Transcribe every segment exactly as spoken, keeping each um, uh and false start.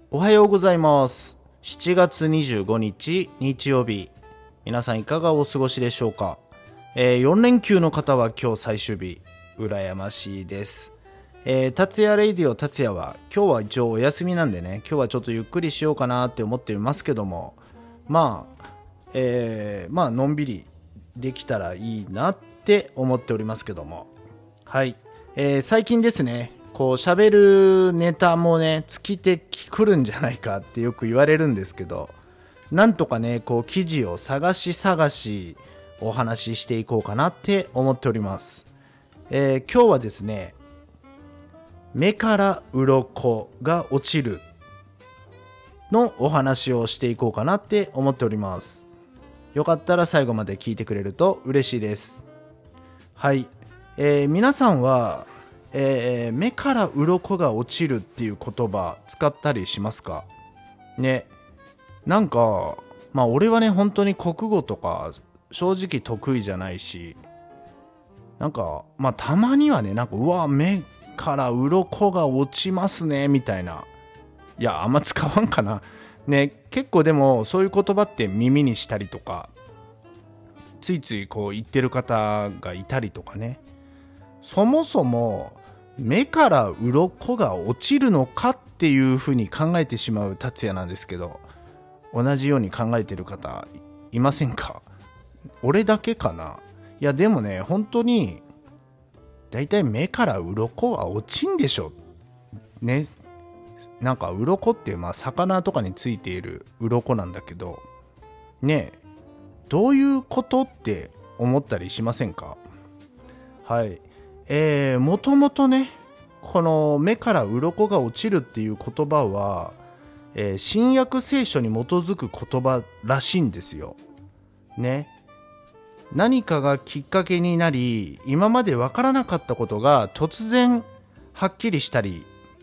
おはようございます。しちがつにじゅうごにち日曜日、皆さんいかがお過ごしでしょうか。えー、よんれんきゅうの方は今日最終日、羨ましいです。えー、達也レイディオ達也は今日は一応お休みなんでね、今日はちょっとゆっくりしようかなって思っていますけども、まあ、えー、まあのんびりできたらいいなって思っておりますけども、はい、えー、最近ですね、こう喋るネタもね尽きてくるんじゃないかってよく言われるんですけど、なんとかねこう記事を探し探しお話ししていこうかなって思っております。えー、今日はですね、目から鱗が落ちるのお話をしていこうかなって思っております。よかったら最後まで聞いてくれると嬉しいです。はい、えー、皆さんはえー、目から鱗が落ちるっていう言葉使ったりしますかね。なんかまあ俺はね本当に国語とか正直得意じゃないし、なんかまあたまにはね、なんかうわ目から鱗が落ちますねみたいな、いやあんま使わんかなね。結構でもそういう言葉って耳にしたりとか、ついついこう言ってる方がいたりとかね。そもそも目から鱗が落ちるのかっていうふうに考えてしまう達也なんですけど、同じように考えてる方いませんか？俺だけかな？いやでもね、本当にだいたい目から鱗は落ちんでしょね。なんか鱗ってまあ魚とかについている鱗なんだけどね、どういうことって思ったりしませんか？はい、えー、もともとねこの目から鱗が落ちるっていう言葉は、えー、新約聖書に基づく言葉らしいんですよね。何かがきっかけになり、今まで分からなかったことが突然はっきりしたり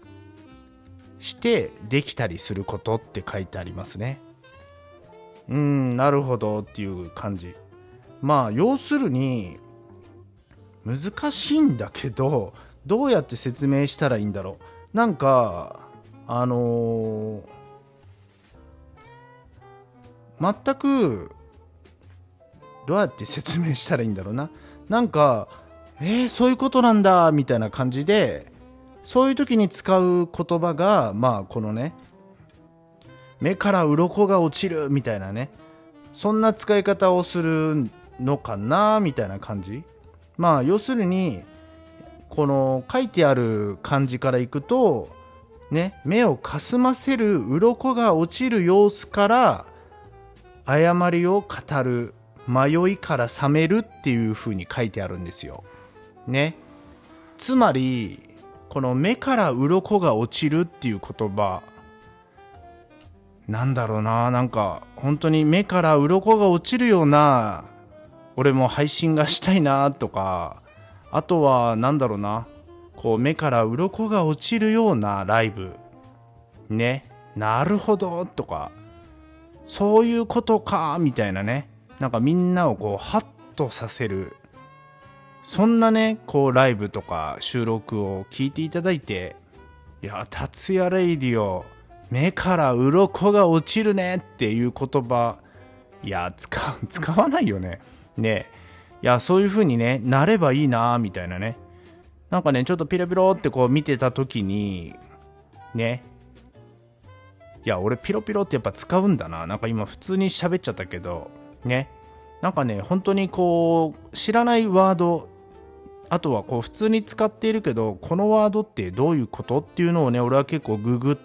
してできたりすることって書いてありますね。うーん、なるほどっていう感じ。まあ要するに難しいんだけど、どうやって説明したらいいんだろう。なんかあのー、全くどうやって説明したらいいんだろうな。なんかえー、そういうことなんだみたいな感じで、そういう時に使う言葉がまあこのね、目から鱗が落ちるみたいなね、そんな使い方をするのかなみたいな感じ。まあ要するにこの書いてある漢字からいくとね、目をかすませる鱗が落ちる様子から誤りを語る、迷いから覚めるっていう風に書いてあるんですよね。つまりこの目から鱗が落ちるっていう言葉、なんだろうな、なんか本当に目から鱗が落ちるような俺も配信がしたいなとか、あとはなんだろうな、こう目から鱗が落ちるようなライブね、なるほどとか、そういうことかみたいなね、なんかみんなをこうハッとさせる、そんなねこうライブとか収録を聞いていただいて、いや達也レイディオ目から鱗が落ちるねっていう言葉、いや使う使わないよね。ね、いやそういう風にねなればいいなみたいなね。なんかねちょっとピロピロってこう見てた時にね、いや俺ピロピロってやっぱ使うんだな。なんか今普通に喋っちゃったけどね、なんかね本当にこう知らないワード、あとはこう普通に使っているけどこのワードってどういうことっていうのをね俺は結構ググって、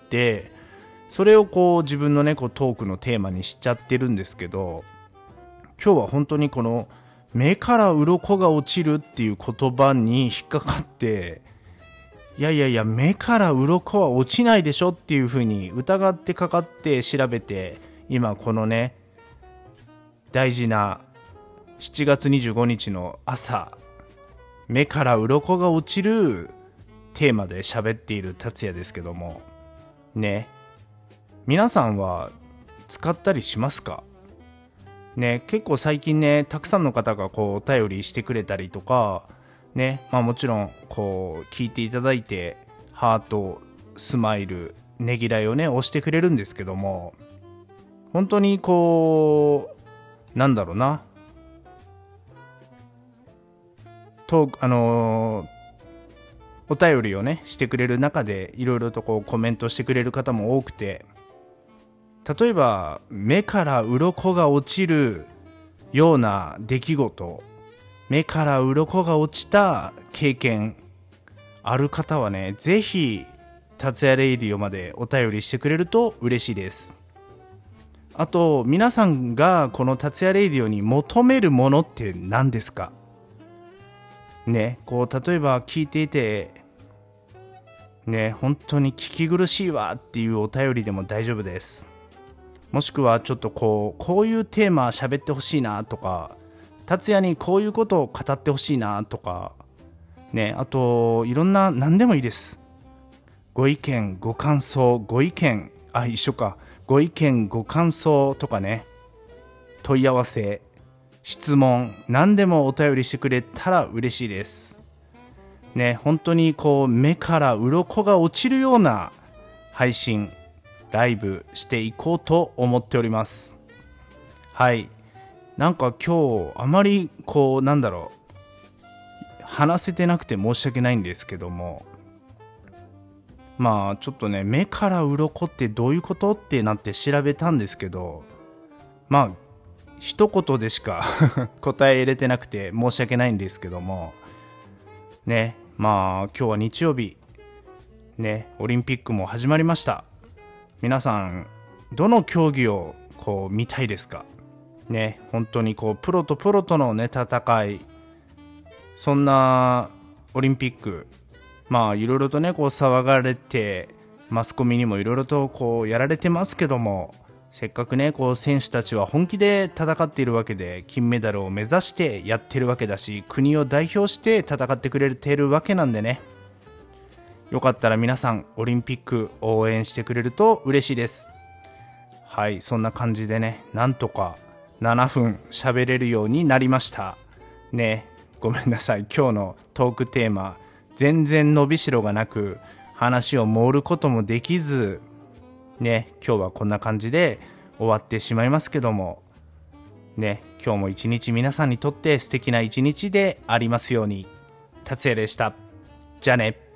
それをこう自分のねこうトークのテーマにしちゃってるんですけど、今日は本当にこの目から鱗が落ちるっていう言葉に引っかかって、いやいやいや目から鱗は落ちないでしょっていう風に疑ってかかって調べて、今このね大事なしちがつにじゅうごにちの朝、目から鱗が落ちるテーマで喋っている達也ですけどもね、皆さんは使ったりしますかね。結構最近ねたくさんの方がこうお便りしてくれたりとかね、まあもちろんこう聞いていただいてハートスマイルねぎらいをね押してくれるんですけども、本当にこうなんだろうなとあのーお便りをねしてくれる中でいろいろとこうコメントしてくれる方も多くて、例えば目から鱗が落ちるような出来事、目から鱗が落ちた経験ある方はね、ぜひ達也レイディオまでお便りしてくれると嬉しいです。あと皆さんがこの達也レイディオに求めるものって何ですかね。こう例えば聞いていてね、本当に聞き苦しいわっていうお便りでも大丈夫です。もしくはちょっとこうこういうテーマ喋ってほしいなとか、達也にこういうことを語ってほしいなとかね、あといろんな何でもいいです。ご意見ご感想、ご意見あ一緒かご意見ご感想とかね、問い合わせ質問何でもお便りしてくれたら嬉しいですね。本当にこう目から鱗が落ちるような配信ライブしていこうと思っております。はい、なんか今日あまりこうなんだろう話せてなくて申し訳ないんですけども、まあちょっとね目から鱗ってどういうことってなって調べたんですけど、まあ一言でしか答え入れてなくて申し訳ないんですけどもね、まあ今日は日曜日ね、オリンピックも始まりました。皆さんどの競技をこう見たいですかね。本当にこうプロとプロとのね戦い、そんなオリンピック、まあいろいろとねこう騒がれて、マスコミにもいろいろとこうやられてますけども、せっかくねこう選手たちは本気で戦っているわけで、金メダルを目指してやってるわけだし、国を代表して戦ってくれてるわけなんでね、よかったら皆さんオリンピック応援してくれると嬉しいです。はい、そんな感じでね、なんとかななふん喋れるようになりましたね。ごめんなさい、今日のトークテーマ全然伸びしろがなく、話を盛ることもできずね、今日はこんな感じで終わってしまいますけどもね、今日も一日皆さんにとって素敵な一日でありますように。達也でした。じゃあね。